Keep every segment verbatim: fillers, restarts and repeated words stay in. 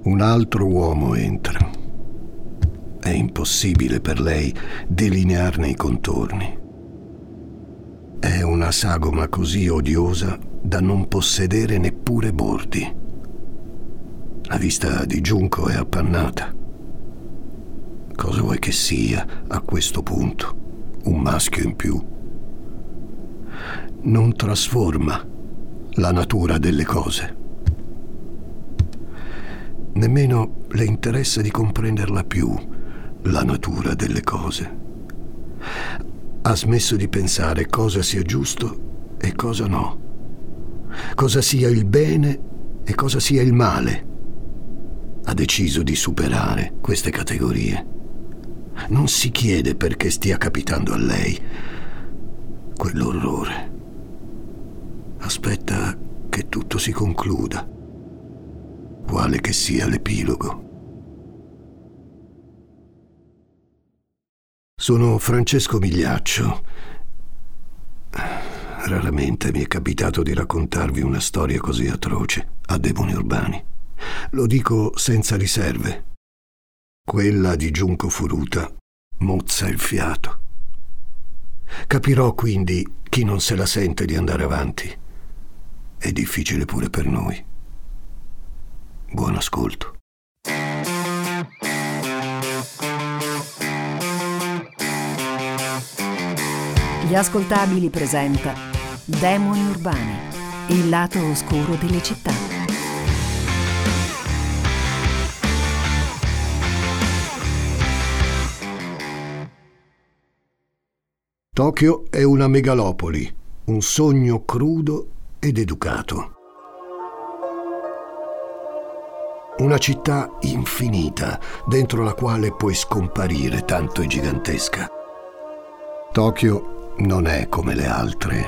Un altro uomo entra. È impossibile per lei delinearne i contorni. È una sagoma così odiosa da non possedere neppure bordi. La vista di Junko è appannata. Cosa vuoi che sia a questo punto? Un maschio in più. Non trasforma la natura delle cose. Nemmeno le interessa di comprenderla più, la natura delle cose. Ha smesso di pensare cosa sia giusto e cosa no, cosa sia il bene e cosa sia il male. Ha deciso di superare queste categorie. Non si chiede perché stia capitando a lei quell'orrore. Aspetta che tutto si concluda, quale che sia l'epilogo. Sono Francesco Migliaccio. Raramente mi è capitato di raccontarvi una storia così atroce a Demoni Urbani. Lo dico senza riserve. Quella di Junko Furuta mozza il fiato. Capirò quindi chi non se la sente di andare avanti. È difficile pure per noi. Buon ascolto. Gli Ascoltabili presenta Demoni Urbani, il lato oscuro delle città. Tokyo è una megalopoli, un sogno crudo ed educato. Una città infinita, dentro la quale puoi scomparire, tanto è gigantesca. Tokyo non è come le altre.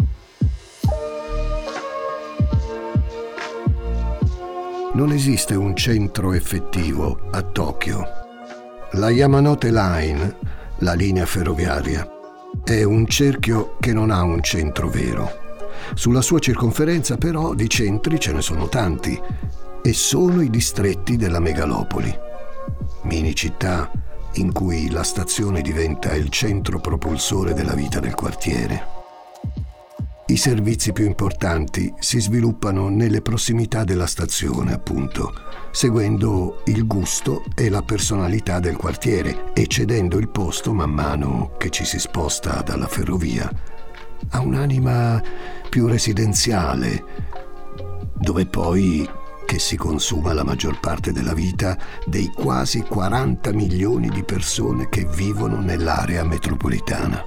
Non esiste un centro effettivo a Tokyo. La Yamanote Line, la linea ferroviaria, è un cerchio che non ha un centro vero. Sulla sua circonferenza però di centri ce ne sono tanti e sono i distretti della megalopoli, mini città in cui la stazione diventa il centro propulsore della vita del quartiere. I servizi più importanti si sviluppano nelle prossimità della stazione, appunto, seguendo il gusto e la personalità del quartiere e cedendo il posto man mano che ci si sposta dalla ferrovia a un'anima più residenziale, dove poi che si consuma la maggior parte della vita dei quasi quaranta milioni di persone che vivono nell'area metropolitana.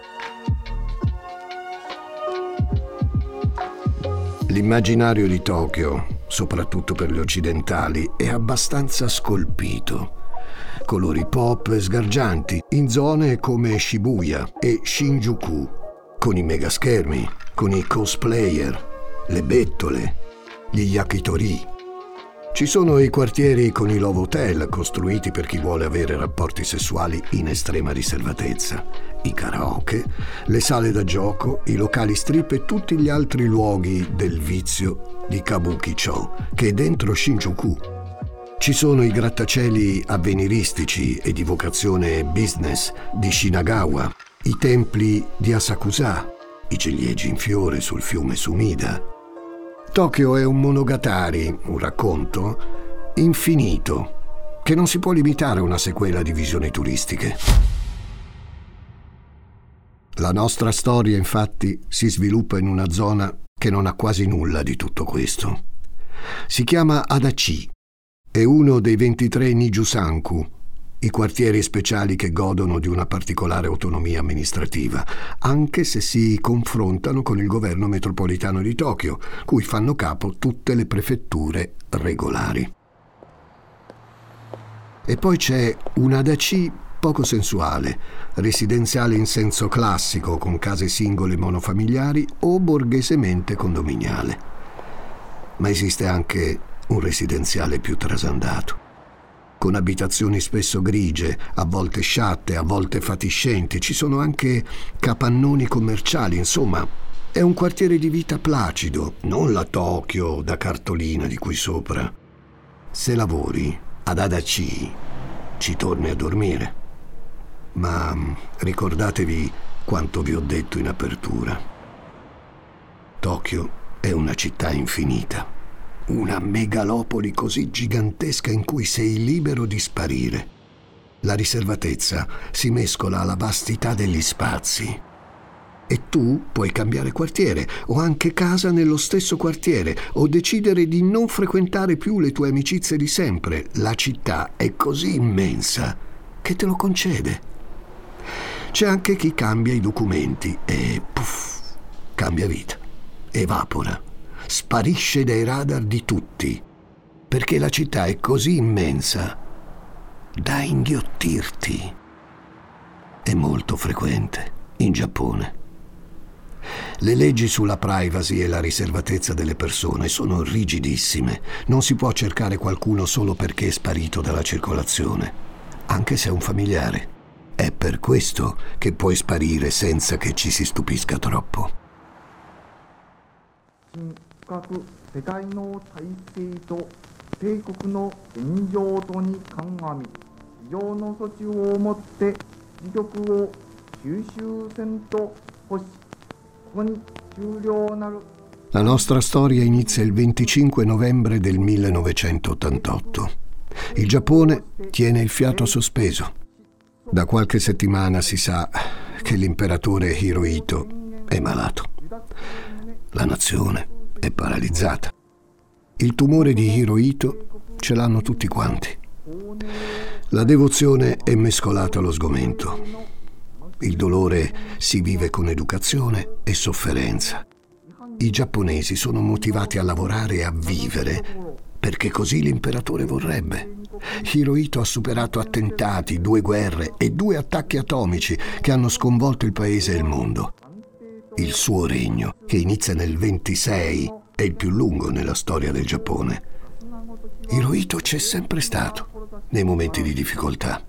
L'immaginario di Tokyo, soprattutto per gli occidentali, è abbastanza scolpito. Colori pop sgargianti in zone come Shibuya e Shinjuku, con i megaschermi, con i cosplayer, le bettole, gli yakitori. Ci sono i quartieri con i love hotel, costruiti per chi vuole avere rapporti sessuali in estrema riservatezza, i karaoke, le sale da gioco, i locali strip e tutti gli altri luoghi del vizio di Kabukicho, che è dentro Shinjuku. Ci sono i grattacieli avveniristici e di vocazione business di Shinagawa, i templi di Asakusa, i ciliegi in fiore sul fiume Sumida. Tokyo è un monogatari, un racconto infinito, che non si può limitare a una sequela di visioni turistiche. La nostra storia, infatti, si sviluppa in una zona che non ha quasi nulla di tutto questo. Si chiama Adachi, è uno dei ventitré Nijusanku, i quartieri speciali che godono di una particolare autonomia amministrativa, anche se si confrontano con il governo metropolitano di Tokyo, cui fanno capo tutte le prefetture regolari. E poi c'è un Adachi poco sensuale, residenziale in senso classico, con case singole monofamiliari o borghesemente condominiale. Ma esiste anche un residenziale più trasandato, con abitazioni spesso grigie, a volte sciatte, a volte fatiscenti. Ci sono anche capannoni commerciali, insomma, è un quartiere di vita placido, non la Tokyo da cartolina di qui sopra. Se lavori, ad Adachi ci torni a dormire. Ma ricordatevi quanto vi ho detto in apertura. Tokyo è una città infinita, una megalopoli così gigantesca in cui sei libero di sparire. La riservatezza si mescola alla vastità degli spazi. E tu puoi cambiare quartiere o anche casa nello stesso quartiere o decidere di non frequentare più le tue amicizie di sempre. La città è così immensa che te lo concede. C'è anche chi cambia i documenti e puff, cambia vita, evapora, sparisce dai radar di tutti, perché la città è così immensa da inghiottirti. È molto frequente in Giappone. Le leggi sulla privacy e la riservatezza delle persone sono rigidissime. Non si può cercare qualcuno solo perché è sparito dalla circolazione, anche se è un familiare. È per questo che puoi sparire senza che ci si stupisca troppo. La nostra storia inizia il venticinque novembre del millenovecentottantotto. Il Giappone tiene il fiato sospeso. Da qualche settimana si sa che l'imperatore Hirohito è malato. La nazione è paralizzata. Il tumore di Hirohito ce l'hanno tutti quanti. La devozione è mescolata allo sgomento. Il dolore si vive con educazione e sofferenza. I giapponesi sono motivati a lavorare e a vivere perché così l'imperatore vorrebbe. Hirohito ha superato attentati, due guerre e due attacchi atomici che hanno sconvolto il paese e il mondo. Il suo regno, che inizia nel ventisei, è il più lungo nella storia del Giappone. Hirohito c'è sempre stato nei momenti di difficoltà.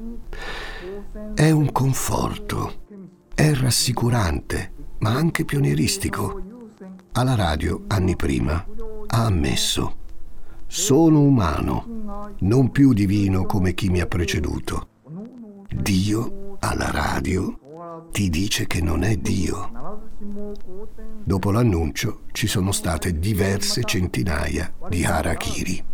È un conforto, è rassicurante, ma anche pionieristico. Alla radio, anni prima, ha ammesso: sono umano, non più divino come chi mi ha preceduto. Dio, alla radio, ti dice che non è Dio. Dopo l'annuncio ci sono state diverse centinaia di harakiri.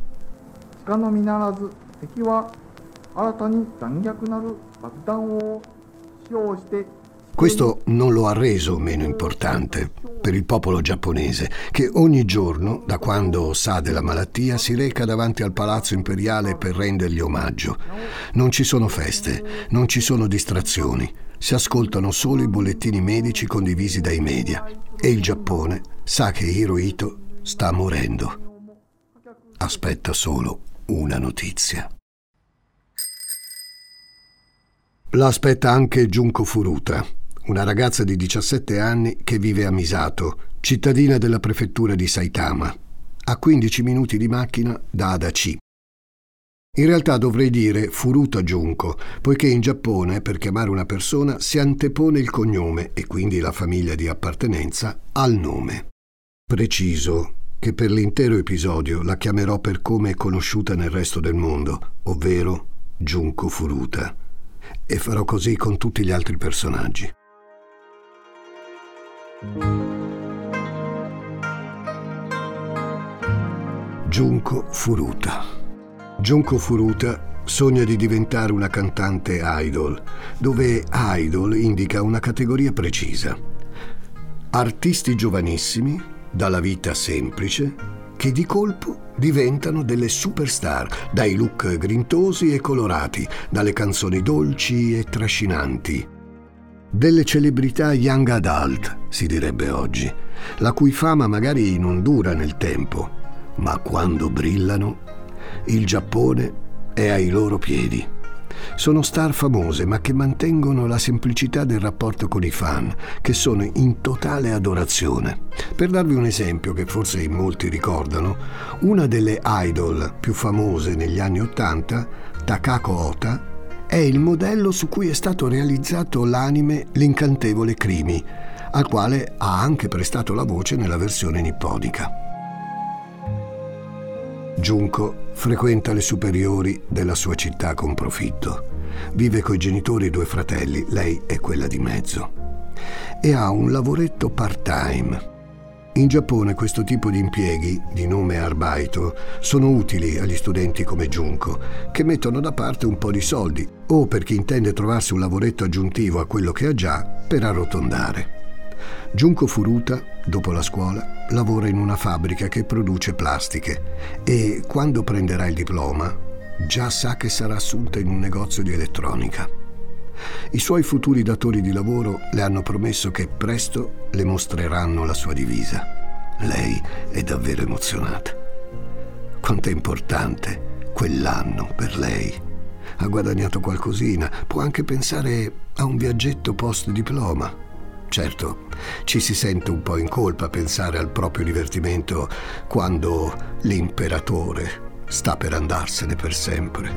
Questo non lo ha reso meno importante per il popolo giapponese, che ogni giorno, da quando sa della malattia, si reca davanti al palazzo imperiale per rendergli omaggio. Non ci sono feste, non ci sono distrazioni, si ascoltano solo i bollettini medici condivisi dai media e il Giappone sa che Hirohito sta morendo. Aspetta solo una notizia. La aspetta anche Junko Furuta, una ragazza di diciassette anni che vive a Misato, cittadina della prefettura di Saitama, a quindici minuti di macchina da Adachi. In realtà dovrei dire Furuta Junko, poiché in Giappone per chiamare una persona si antepone il cognome e quindi la famiglia di appartenenza al nome. Preciso che per l'intero episodio la chiamerò per come è conosciuta nel resto del mondo, ovvero Junko Furuta. E farò così con tutti gli altri personaggi. Junko Furuta. Junko Furuta sogna di diventare una cantante idol, dove idol indica una categoria precisa. Artisti giovanissimi, dalla vita semplice, che di colpo diventano delle superstar, dai look grintosi e colorati, dalle canzoni dolci e trascinanti. Delle celebrità young adult, si direbbe oggi, la cui fama magari non dura nel tempo, ma quando brillano, il Giappone è ai loro piedi. Sono star famose, ma che mantengono la semplicità del rapporto con i fan, che sono in totale adorazione. Per darvi un esempio che forse in molti ricordano, una delle idol più famose negli anni Ottanta, Takako Ota, è il modello su cui è stato realizzato l'anime L'incantevole Krimi, al quale ha anche prestato la voce nella versione nipponica. Junko frequenta le superiori della sua città con profitto. Vive coi genitori e due fratelli, lei è quella di mezzo. E ha un lavoretto part-time. In Giappone questo tipo di impieghi, di nome arbaito, sono utili agli studenti come Junko, che mettono da parte un po' di soldi, o per chi intende trovarsi un lavoretto aggiuntivo a quello che ha già, per arrotondare. Junko Furuta, dopo la scuola, lavora in una fabbrica che produce plastiche e, quando prenderà il diploma, già sa che sarà assunta in un negozio di elettronica. I suoi futuri datori di lavoro le hanno promesso che presto le mostreranno la sua divisa. Lei è davvero emozionata. Quanto è importante quell'anno per lei. Ha guadagnato qualcosina, può anche pensare a un viaggetto post-diploma. Certo, ci si sente un po' in colpa a pensare al proprio divertimento quando l'imperatore sta per andarsene per sempre.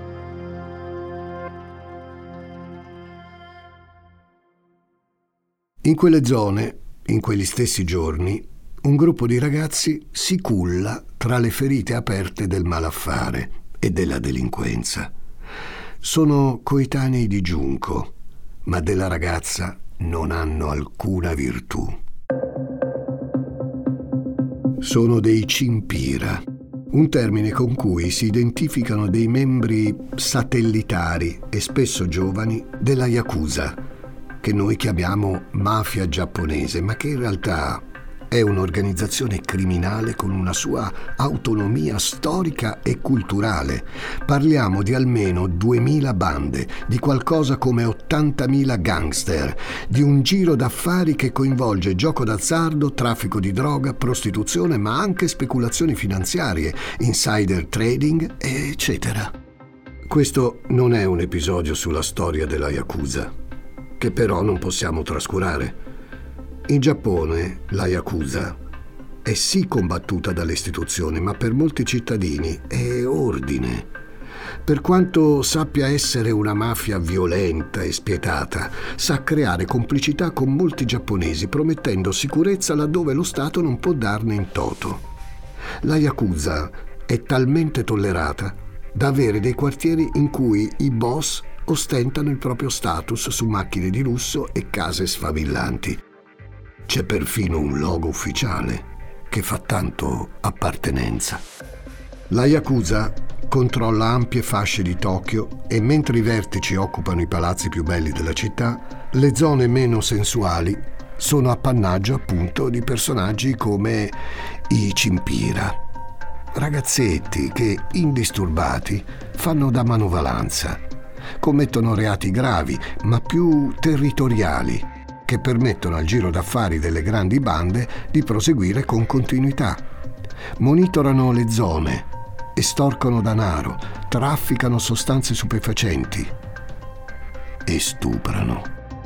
In quelle zone, in quegli stessi giorni, un gruppo di ragazzi si culla tra le ferite aperte del malaffare e della delinquenza. Sono coetanei di Junko, ma della ragazza non hanno alcuna virtù. Sono dei cimpira, un termine con cui si identificano dei membri satellitari e spesso giovani della Yakuza, che noi chiamiamo mafia giapponese, ma che in realtà è un'organizzazione criminale con una sua autonomia storica e culturale. Parliamo di almeno duemila bande, di qualcosa come ottantamila gangster, di un giro d'affari che coinvolge gioco d'azzardo, traffico di droga, prostituzione, ma anche speculazioni finanziarie, insider trading, eccetera. Questo non è un episodio sulla storia della Yakuza, che però non possiamo trascurare. In Giappone la Yakuza è sì combattuta dalle istituzioni, ma per molti cittadini è ordine. Per quanto sappia essere una mafia violenta e spietata, sa creare complicità con molti giapponesi, promettendo sicurezza laddove lo Stato non può darne in toto. La Yakuza è talmente tollerata da avere dei quartieri in cui i boss ostentano il proprio status su macchine di lusso e case sfavillanti. C'è perfino un logo ufficiale che fa tanto appartenenza. La Yakuza controlla ampie fasce di Tokyo e mentre i vertici occupano i palazzi più belli della città, le zone meno sensuali sono appannaggio appunto di personaggi come i cimpira, ragazzetti che, indisturbati, fanno da manovalanza, commettono reati gravi ma più territoriali, che permettono al giro d'affari delle grandi bande di proseguire con continuità. Monitorano le zone, estorcono denaro, trafficano sostanze stupefacenti e stuprano.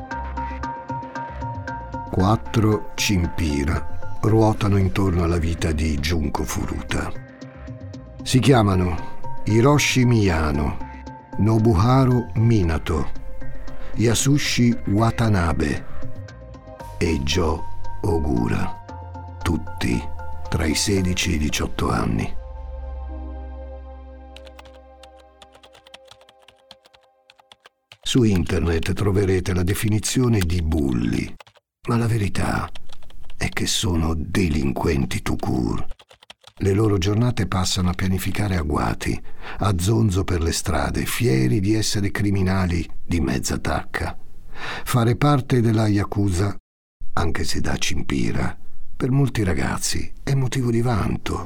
Quattro cimpira ruotano intorno alla vita di Junko Furuta. Si chiamano Hiroshi Miyano, Nobuharu Minato, Yasushi Watanabe e Joe Ogura, tutti tra i sedici e i diciotto anni. Su internet troverete la definizione di bulli, ma la verità è che sono delinquenti tout court. Le loro giornate passano a pianificare agguati, a zonzo per le strade, fieri di essere criminali di mezza tacca. Fare parte della Yakuza, anche se da cimpira, per molti ragazzi è motivo di vanto.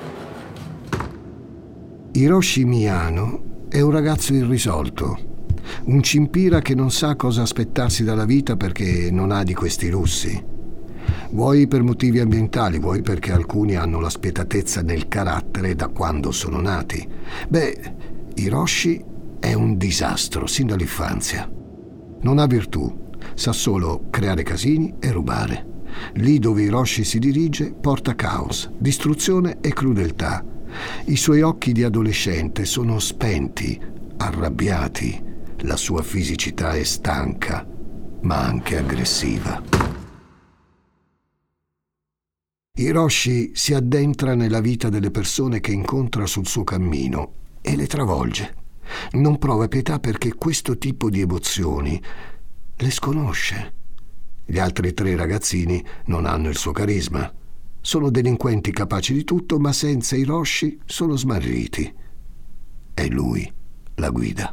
Hiroshi Miyano è un ragazzo irrisolto, un cimpira che non sa cosa aspettarsi dalla vita perché non ha di questi lussi. Vuoi per motivi ambientali, vuoi perché alcuni hanno la spietatezza nel carattere da quando sono nati. Beh, Hiroshi è un disastro sin dall'infanzia. Non ha virtù, sa solo creare casini e rubare. Lì dove Hiroshi si dirige porta caos, distruzione e crudeltà. I suoi occhi di adolescente sono spenti, arrabbiati. La sua fisicità è stanca, ma anche aggressiva. Hiroshi si addentra nella vita delle persone che incontra sul suo cammino e le travolge. Non prova pietà perché questo tipo di emozioni le sconosce. Gli altri tre ragazzini non hanno il suo carisma. Sono delinquenti capaci di tutto, ma senza Hiroshi sono smarriti. È lui la guida.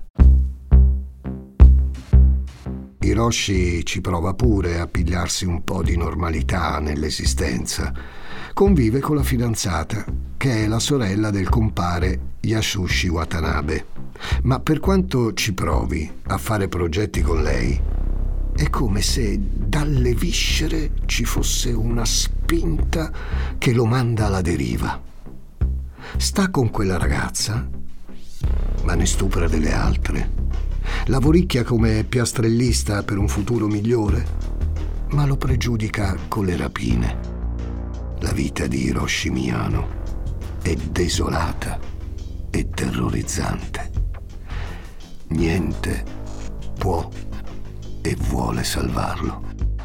Hiroshi ci prova pure a pigliarsi un po' di normalità nell'esistenza. Convive con la fidanzata, che è la sorella del compare Yasushi Watanabe. Ma per quanto ci provi a fare progetti con lei, è come se dalle viscere ci fosse una spinta che lo manda alla deriva. Sta con quella ragazza, ma ne stupra delle altre. Lavoricchia come piastrellista per un futuro migliore, ma lo pregiudica con le rapine. La vita di Hiroshi Miyano è desolata e terrorizzante. Niente può e vuole salvarlo.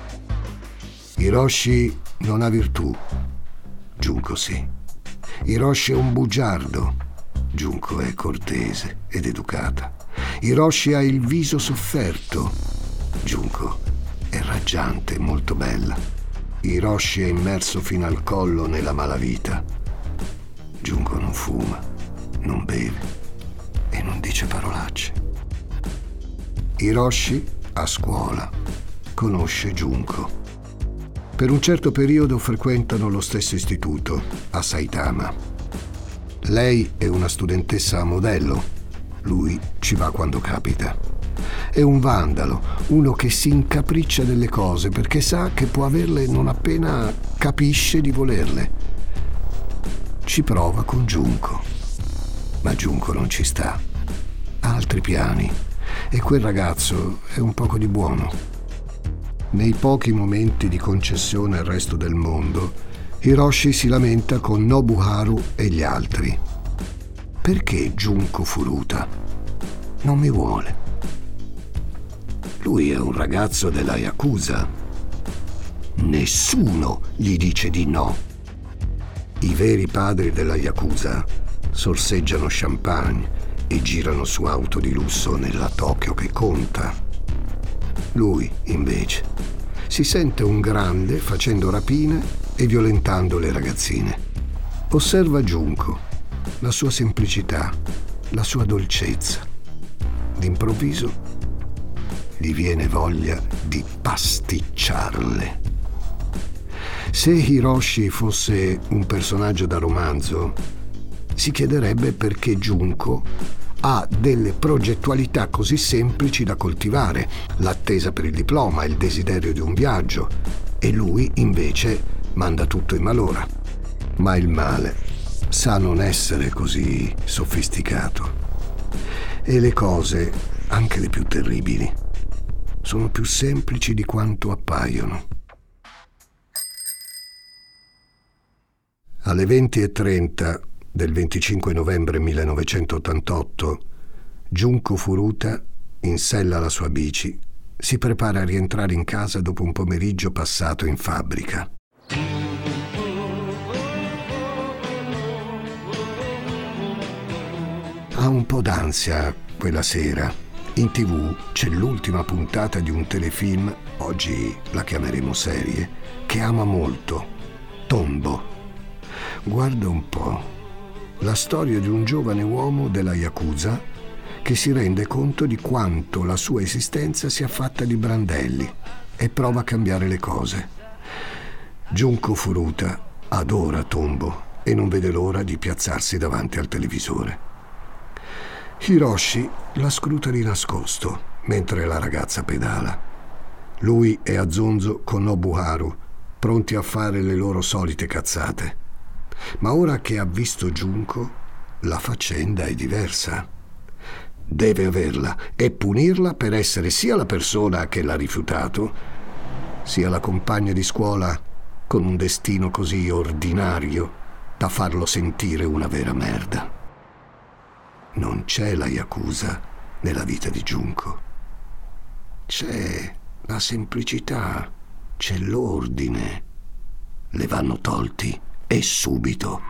Hiroshi non ha virtù, Junko sì. Hiroshi è un bugiardo, Junko è cortese ed educata. Hiroshi ha il viso sofferto, Junko è raggiante e molto bella. Hiroshi è immerso fino al collo nella malavita, Junko non fuma, non beve e non dice parolacce. Hiroshi a scuola conosce Junko. Per un certo periodo frequentano lo stesso istituto, a Saitama. Lei è una studentessa a modello, lui ci va quando capita. È un vandalo, uno che si incapriccia delle cose perché sa che può averle non appena capisce di volerle. Ci prova con Junko, ma Junko non ci sta. Ha altri piani e quel ragazzo è un poco di buono. Nei pochi momenti di concessione al resto del mondo, Hiroshi si lamenta con Nobuharu e gli altri. Perché Junko Furuta non mi vuole? Lui è un ragazzo della Yakuza. Nessuno gli dice di no. I veri padri della Yakuza sorseggiano champagne e girano su auto di lusso nella Tokyo che conta. Lui, invece, si sente un grande facendo rapine e violentando le ragazzine. Osserva Junko, la sua semplicità, la sua dolcezza. D'improvviso gli viene voglia di pasticciarle. Se Hiroshi fosse un personaggio da romanzo, si chiederebbe perché Junko ha delle progettualità così semplici da coltivare, l'attesa per il diploma, il desiderio di un viaggio, e lui invece manda tutto in malora. Ma il male sa non essere così sofisticato. E le cose, anche le più terribili, sono più semplici di quanto appaiono. Alle venti e trenta del venticinque novembre millenovecentottantotto, Junko Furuta, in sella alla sua bici, si prepara a rientrare in casa dopo un pomeriggio passato in fabbrica. Ha un po' d'ansia quella sera. In tivù c'è l'ultima puntata di un telefilm, oggi la chiameremo serie, che ama molto, Tombo. Guarda un po'. La storia di un giovane uomo della Yakuza che si rende conto di quanto la sua esistenza sia fatta di brandelli e prova a cambiare le cose. Junko Furuta adora Tombo e non vede l'ora di piazzarsi davanti al televisore. Hiroshi la scruta di nascosto mentre la ragazza pedala. Lui è a zonzo con Nobuharu, pronti a fare le loro solite cazzate. Ma ora che ha visto Junko, la faccenda è diversa. Deve averla e punirla per essere sia la persona che l'ha rifiutato, sia la compagna di scuola con un destino così ordinario da farlo sentire una vera merda. Non c'è la Yakuza nella vita di Junko. C'è la semplicità, c'è l'ordine. le vanno tolti e subito.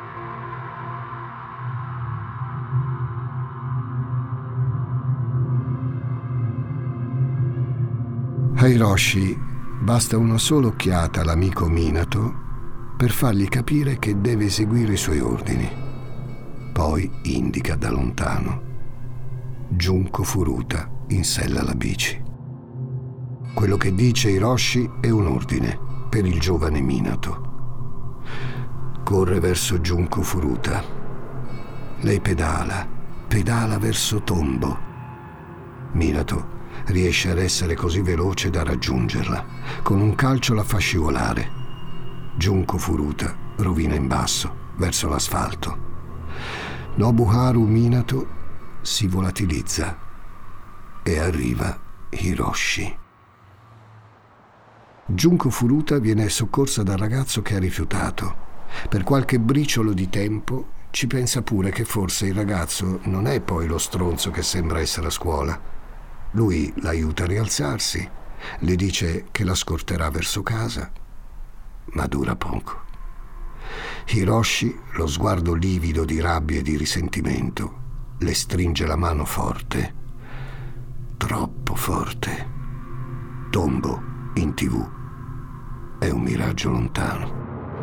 A Hiroshi basta una sola occhiata all'amico Minato per fargli capire che deve eseguire i suoi ordini. Poi indica da lontano. Junko Furuta insella la bici. Quello che dice Hiroshi è un ordine per il giovane Minato. Corre verso Junko Furuta. Lei pedala, pedala verso Tombo. Minato riesce ad essere così veloce da raggiungerla. Con un calcio la fa scivolare. Junko Furuta rovina in basso, verso l'asfalto. Nobuharu Minato si volatilizza e arriva Hiroshi. Junko Furuta viene soccorsa dal ragazzo che ha rifiutato. Per qualche briciolo di tempo ci pensa pure che forse il ragazzo non è poi lo stronzo che sembra essere a scuola. Lui l'aiuta a rialzarsi, le dice che la scorterà verso casa, ma dura poco. Hiroshi, lo sguardo livido di rabbia e di risentimento, le stringe la mano forte, troppo forte. Tombo in tivù è un miraggio lontano.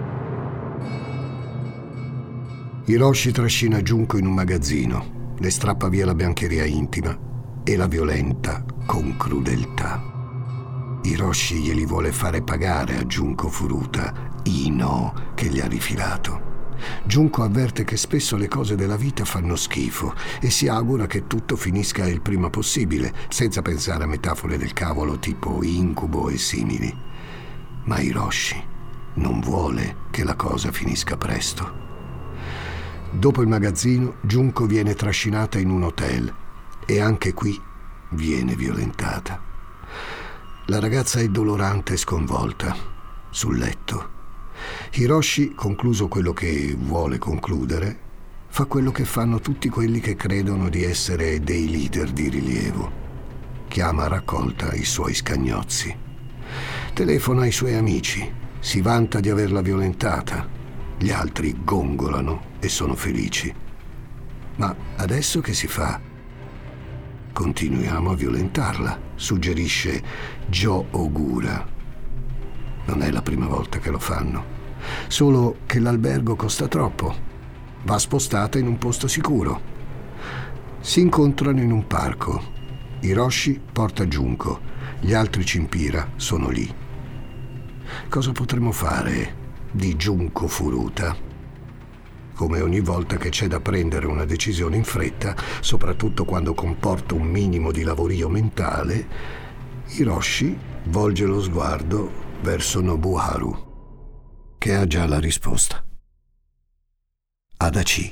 Hiroshi trascina Junko in un magazzino, le strappa via la biancheria intima e la violenta con crudeltà. Hiroshi glieli vuole fare pagare a Junko Furuta i no che gli ha rifilato. Junko avverte che spesso le cose della vita fanno schifo e si augura che tutto finisca il prima possibile, senza pensare a metafore del cavolo tipo incubo e simili. Ma Hiroshi non vuole che la cosa finisca presto. Dopo il magazzino, Junko viene trascinata in un hotel e anche qui viene violentata. La ragazza è dolorante e sconvolta, sul letto. Hiroshi, concluso quello che vuole concludere, fa quello che fanno tutti quelli che credono di essere dei leader di rilievo. Chiama a raccolta i suoi scagnozzi. Telefona ai suoi amici, si vanta di averla violentata. Gli altri gongolano e sono felici. Ma adesso che si fa? Continuiamo a violentarla, suggerisce Joe Ogura. Non è la prima volta che lo fanno, solo che l'albergo costa troppo. Va spostata in un posto sicuro. Si incontrano in un parco. Hiroshi porta Junko, gli altri Cimpira sono lì. Cosa potremmo fare di Junko Furuta? Come ogni volta che c'è da prendere una decisione in fretta, soprattutto quando comporta un minimo di lavorio mentale, Hiroshi volge lo sguardo verso Nobuharu, che ha già la risposta. Adachi.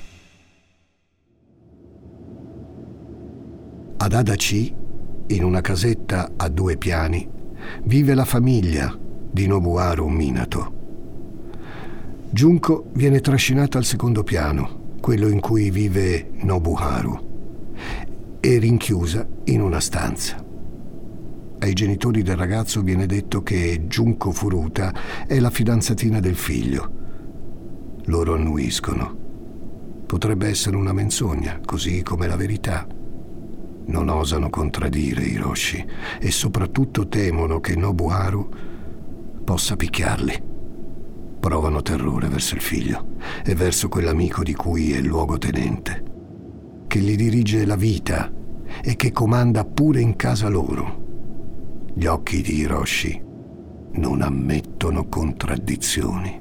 Ad Adachi, in una casetta a due piani, vive la famiglia di Nobuharu Minato. Junko viene trascinata al secondo piano, quello in cui vive Nobuharu, e rinchiusa in una stanza. Ai genitori del ragazzo viene detto che Junko Furuta è la fidanzatina del figlio. Loro annuiscono. Potrebbe essere una menzogna, così come la verità. Non osano contraddire Hiroshi e soprattutto temono che Nobuharu possa picchiarli. Provano terrore verso il figlio e verso quell'amico di cui è luogotenente, che gli dirige la vita e che comanda pure in casa loro. Gli occhi di Hiroshi non ammettono contraddizioni.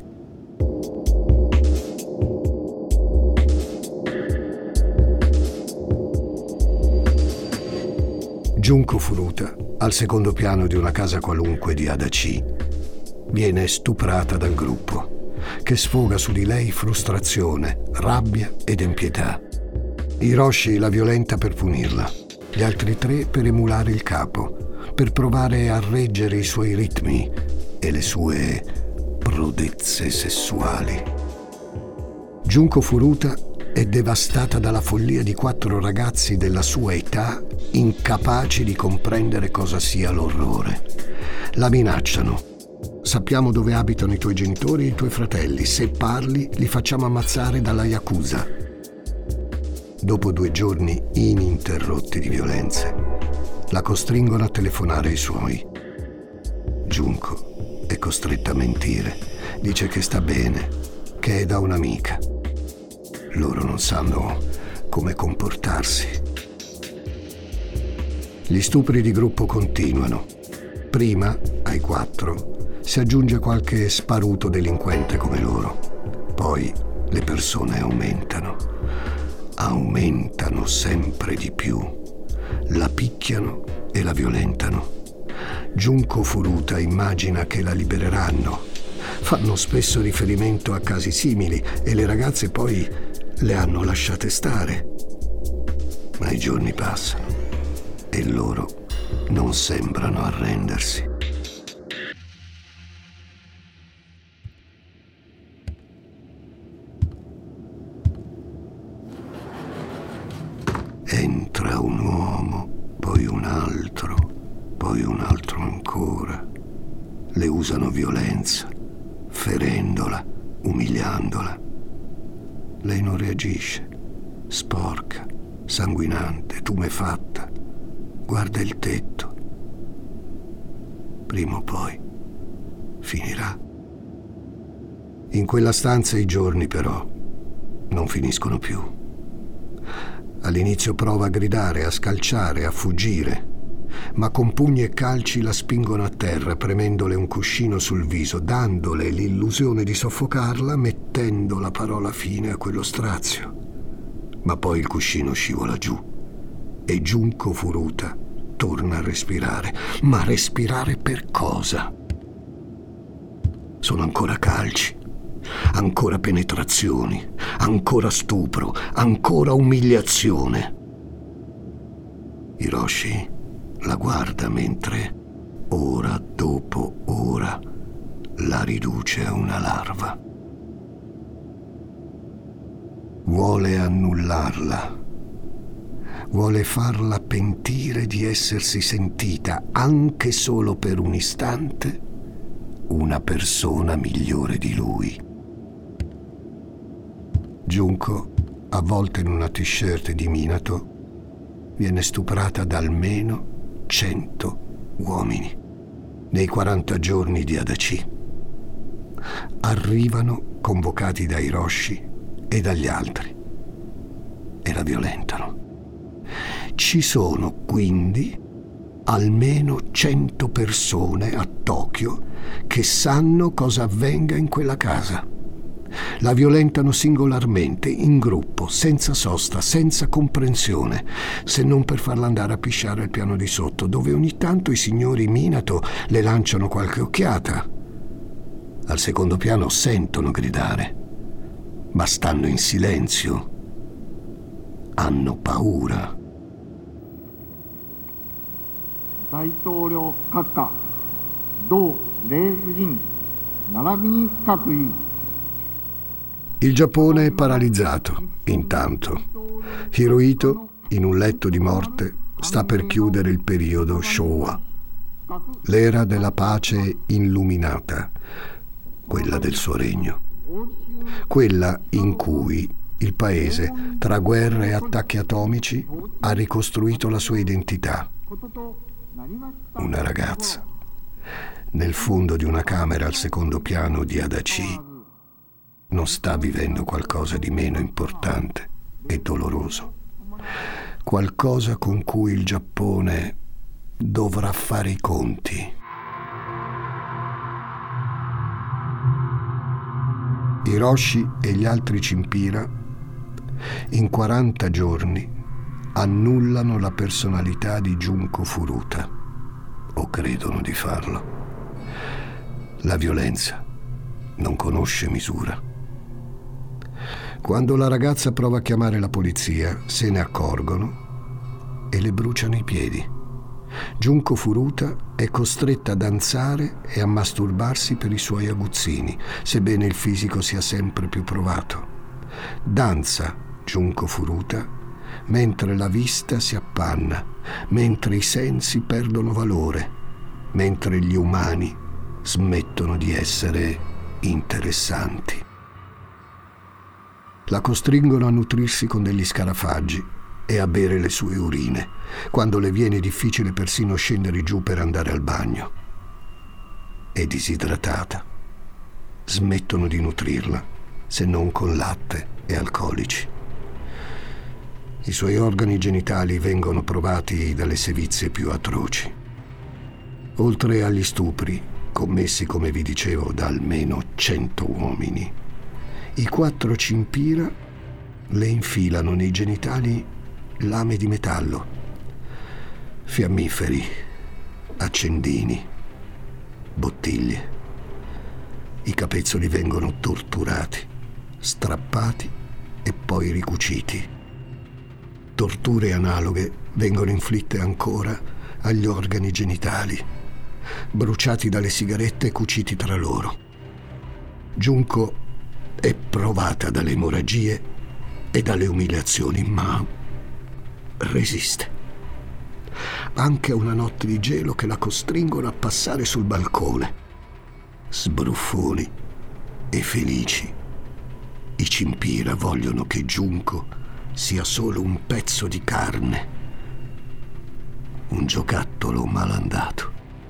Junko Furuta, al secondo piano di una casa qualunque di Adachi, viene stuprata dal gruppo, che sfoga su di lei frustrazione, rabbia ed impietà. Hiroshi la violenta per punirla, gli altri tre per emulare il capo, per provare a reggere i suoi ritmi e le sue prodezze sessuali. Junko Furuta è devastata dalla follia di quattro ragazzi della sua età incapaci di comprendere cosa sia l'orrore. La minacciano. Sappiamo dove abitano i tuoi genitori e i tuoi fratelli. Se parli, li facciamo ammazzare dalla Yakuza. Dopo due giorni ininterrotti di violenze, la costringono a telefonare ai suoi. Junko è costretta a mentire. Dice che sta bene, che è da un'amica. Loro non sanno come comportarsi. Gli stupri di gruppo continuano. Prima, ai quattro, si aggiunge qualche sparuto delinquente come loro. Poi le persone aumentano. Aumentano sempre di più. La picchiano e la violentano. Junko Furuta immagina che la libereranno. Fanno spesso riferimento a casi simili e le ragazze poi le hanno lasciate stare. Ma i giorni passano e loro non sembrano arrendersi. Entra un uomo, poi un altro, poi un altro ancora. Le usano violenza, ferendola, umiliandola. Lei non reagisce, sporca, sanguinante, tumefatta. Guarda il tetto. Prima o poi finirà. In quella stanza i giorni però non finiscono più. All'inizio prova a gridare, a scalciare, a fuggire, ma con pugni e calci la spingono a terra, premendole un cuscino sul viso, dandole l'illusione di soffocarla, mettendo la parola fine a quello strazio. Ma poi il cuscino scivola giù e Junko Furuta torna a respirare. Ma respirare per cosa? Sono ancora calci, ancora penetrazioni, ancora stupro, ancora umiliazione. Hiroshi la guarda mentre, ora dopo ora, la riduce a una larva. Vuole annullarla. Vuole farla pentire di essersi sentita, anche solo per un istante, una persona migliore di lui. Junko, avvolta in una t-shirt di Minato, viene stuprata da almeno cento uomini nei quaranta giorni di Adachi. Arrivano convocati da Hiroshi e dagli altri e la violentano. Ci sono quindi almeno cento persone a Tokyo che sanno cosa avvenga in quella casa. La violentano singolarmente, in gruppo, senza sosta, senza comprensione, se non per farla andare a pisciare al piano di sotto, dove ogni tanto i signori Minato le lanciano qualche occhiata. Al secondo piano sentono gridare, ma stanno in silenzio. Hanno paura. Il Giappone è paralizzato, intanto. Hirohito, in un letto di morte, sta per chiudere il periodo Showa, l'era della pace illuminata, quella del suo regno, quella in cui il paese, tra guerre e attacchi atomici, ha ricostruito la sua identità. Una ragazza, nel fondo di una camera al secondo piano di Adachi, non sta vivendo qualcosa di meno importante e doloroso. Qualcosa con cui il Giappone dovrà fare i conti. Hiroshi e gli altri Cimpira in quaranta giorni annullano la personalità di Junko Furuta, o credono di farlo. La violenza non conosce misura. Quando la ragazza prova a chiamare la polizia, se ne accorgono e le bruciano i piedi. Junko Furuta è costretta a danzare e a masturbarsi per i suoi aguzzini, sebbene il fisico sia sempre più provato. Danza Junko Furuta mentre la vista si appanna, mentre i sensi perdono valore, mentre gli umani smettono di essere interessanti. La costringono a nutrirsi con degli scarafaggi e a bere le sue urine, quando le viene difficile persino scendere giù per andare al bagno. È disidratata. Smettono di nutrirla, se non con latte e alcolici. I suoi organi genitali vengono provati dalle sevizie più atroci. Oltre agli stupri, commessi, come vi dicevo, da almeno cento uomini, i quattro Cimpira le infilano nei genitali lame di metallo, fiammiferi, accendini, bottiglie. I capezzoli vengono torturati, strappati e poi ricuciti. Torture analoghe vengono inflitte ancora agli organi genitali, bruciati dalle sigarette e cuciti tra loro. Junko è provata dalle emorragie e dalle umiliazioni, ma resiste. Anche a una notte di gelo che la costringono a passare sul balcone. Sbruffoni e felici, i Cimpira vogliono che Junko sia solo un pezzo di carne, un giocattolo malandato.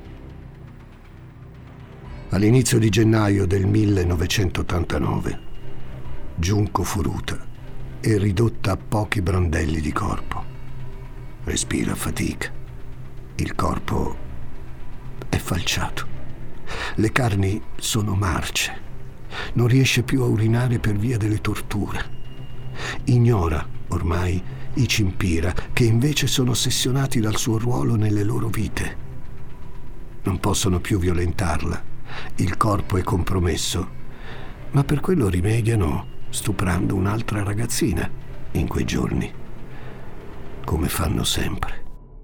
All'inizio di gennaio del millenovecentottantanove, Junko Furuta è ridotta a pochi brandelli di corpo. Respira a fatica. Il corpo è falciato. Le carni sono marce. Non riesce più a urinare per via delle torture. Ignora ormai i Cimpira, che invece sono ossessionati dal suo ruolo nelle loro vite. Non possono più violentarla. Il corpo è compromesso, ma per quello rimediano stuprando un'altra ragazzina in quei giorni, come fanno sempre.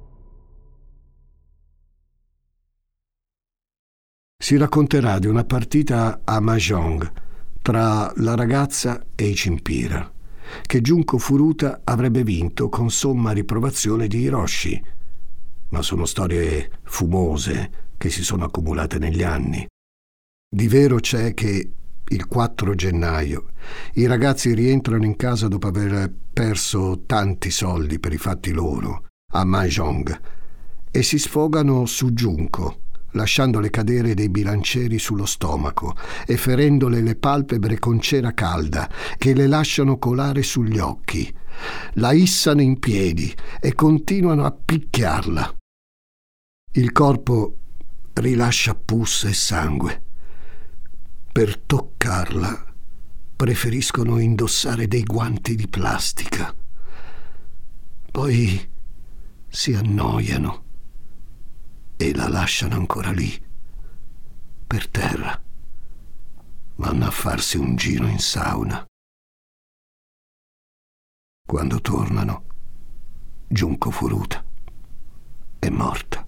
Si racconterà di una partita a mahjong tra la ragazza e i Cimpira, che Junko Furuta avrebbe vinto con somma riprovazione di Hiroshi, ma sono storie fumose che si sono accumulate negli anni. Di vero c'è che il quattro gennaio i ragazzi rientrano in casa dopo aver perso tanti soldi per i fatti loro a mahjong e si sfogano su Junko, lasciandole cadere dei bilancieri sullo stomaco e ferendole le palpebre con cera calda che le lasciano colare sugli occhi. La issano in piedi e continuano a picchiarla. Il corpo rilascia pus e sangue. Per toccarla preferiscono indossare dei guanti di plastica. Poi si annoiano e la lasciano ancora lì, per terra. Vanno a farsi un giro in sauna. Quando tornano, Junko Furuta è morta.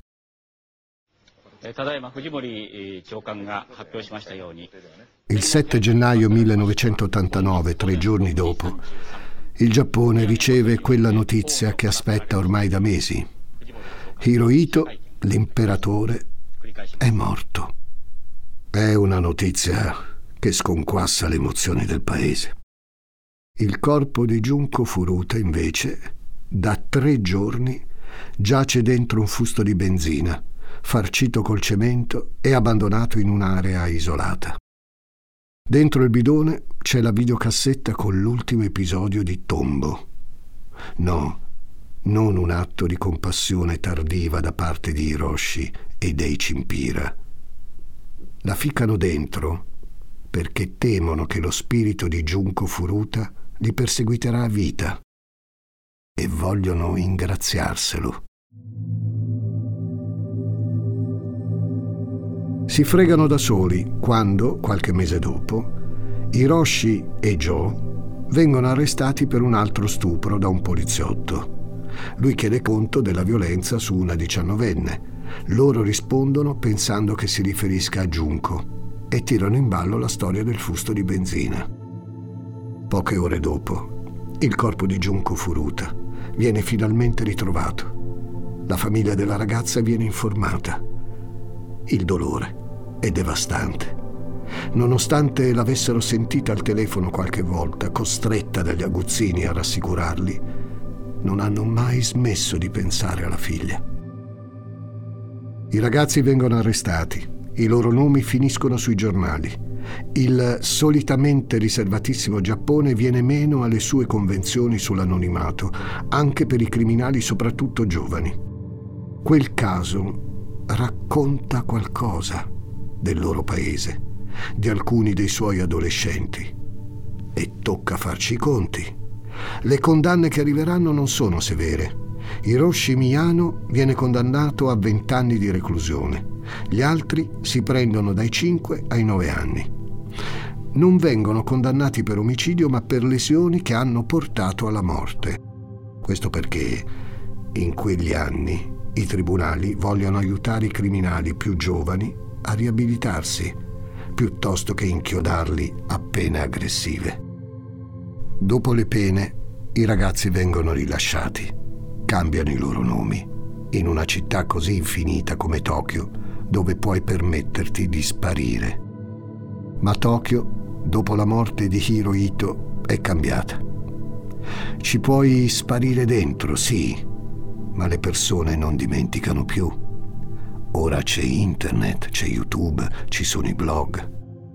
Il sette gennaio millenovecentottantanove, tre giorni dopo, il Giappone riceve quella notizia che aspetta ormai da mesi. Hirohito, l'imperatore, è morto. È una notizia che sconquassa le emozioni del paese. Il corpo di Junko Furuta, invece, da tre giorni giace dentro un fusto di benzina, farcito col cemento e abbandonato in un'area isolata. Dentro il bidone c'è la videocassetta con l'ultimo episodio di Tombo. No, non un atto di compassione tardiva da parte di Hiroshi e dei Cimpira. La ficcano dentro perché temono che lo spirito di Junko Furuta li perseguiterà a vita e vogliono ingraziarselo. Si fregano da soli quando, qualche mese dopo, Hiroshi e Joe vengono arrestati per un altro stupro da un poliziotto. Lui chiede conto della violenza su una diciannovenne. Loro rispondono pensando che si riferisca a Junko e tirano in ballo la storia del fusto di benzina. Poche ore dopo, il corpo di Junko Furuta viene finalmente ritrovato. La famiglia della ragazza viene informata. Il dolore è devastante. Nonostante l'avessero sentita al telefono qualche volta, costretta dagli aguzzini a rassicurarli, non hanno mai smesso di pensare alla figlia. I ragazzi vengono arrestati, i loro nomi finiscono sui giornali. Il solitamente riservatissimo Giappone viene meno alle sue convenzioni sull'anonimato, anche per i criminali, soprattutto giovani. Quel caso racconta qualcosa del loro paese, di alcuni dei suoi adolescenti. E tocca farci i conti. Le condanne che arriveranno non sono severe. Hiroshi Miyano viene condannato a vent'anni di reclusione. Gli altri si prendono dai cinque ai nove anni. Non vengono condannati per omicidio, ma per lesioni che hanno portato alla morte. Questo perché in quegli anni i tribunali vogliono aiutare i criminali più giovani a riabilitarsi, piuttosto che inchiodarli a pene aggressive. Dopo le pene, i ragazzi vengono rilasciati, cambiano i loro nomi, in una città così infinita come Tokyo, dove puoi permetterti di sparire. Ma Tokyo, dopo la morte di Hirohito, è cambiata. Ci puoi sparire dentro, sì, ma le persone non dimenticano più. Ora c'è internet, c'è YouTube, ci sono i blog.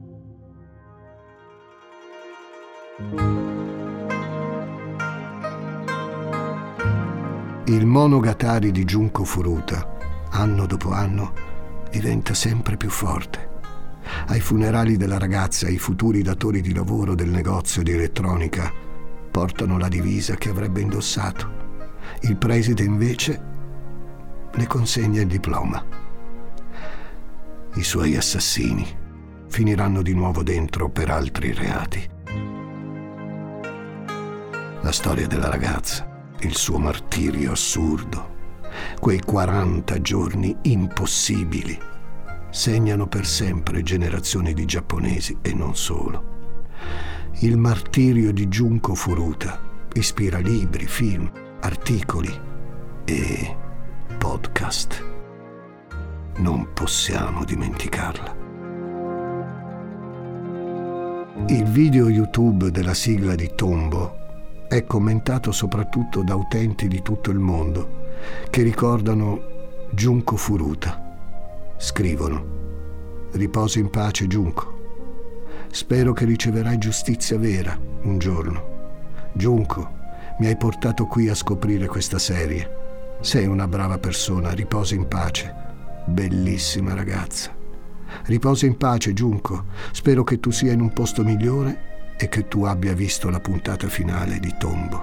Il Monogatari di Junko Furuta, anno dopo anno, diventa sempre più forte. Ai funerali della ragazza, i futuri datori di lavoro del negozio di elettronica portano la divisa che avrebbe indossato. Il preside invece le consegna il diploma. I suoi assassini finiranno di nuovo dentro per altri reati. La storia della ragazza, il suo martirio assurdo, quei quaranta giorni impossibili, segnano per sempre generazioni di giapponesi e non solo. Il martirio di Junko Furuta ispira libri, film, articoli e podcast. Non possiamo dimenticarla. Il video YouTube della sigla di Tombo è commentato soprattutto da utenti di tutto il mondo che ricordano Junko Furuta. Scrivono: riposi in pace, Junko. Spero che riceverai giustizia vera un giorno. Junko, mi hai portato qui a scoprire questa serie. Sei una brava persona, riposi in pace. Bellissima ragazza. Riposa in pace, Junko. Spero che tu sia in un posto migliore e che tu abbia visto la puntata finale di Tombo.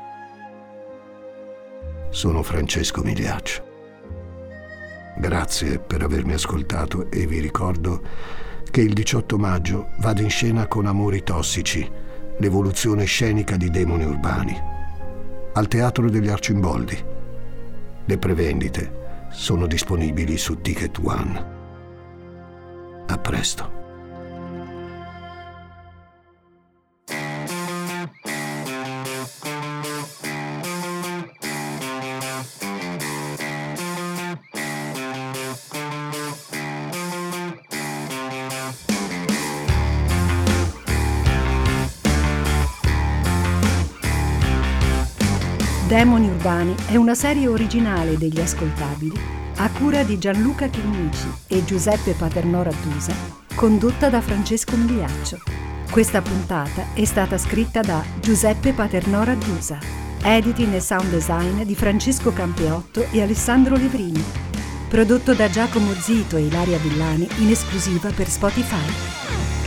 Sono Francesco Migliaccio. Grazie per avermi ascoltato e vi ricordo che il diciotto maggio vado in scena con Amori tossici, l'evoluzione scenica di Demoni Urbani, al Teatro degli Arcimboldi. Le prevendite sono disponibili su Ticket One. A presto. Demoni Urbani è una serie originale degli Ascoltabili a cura di Gianluca Chinnici e Giuseppe Paternò Rattusa, condotta da Francesco Migliaccio. Questa puntata è stata scritta da Giuseppe Paternò Rattusa, editing e sound design di Francesco Campeotto e Alessandro Levrini, prodotto da Giacomo Zito e Ilaria Villani in esclusiva per Spotify.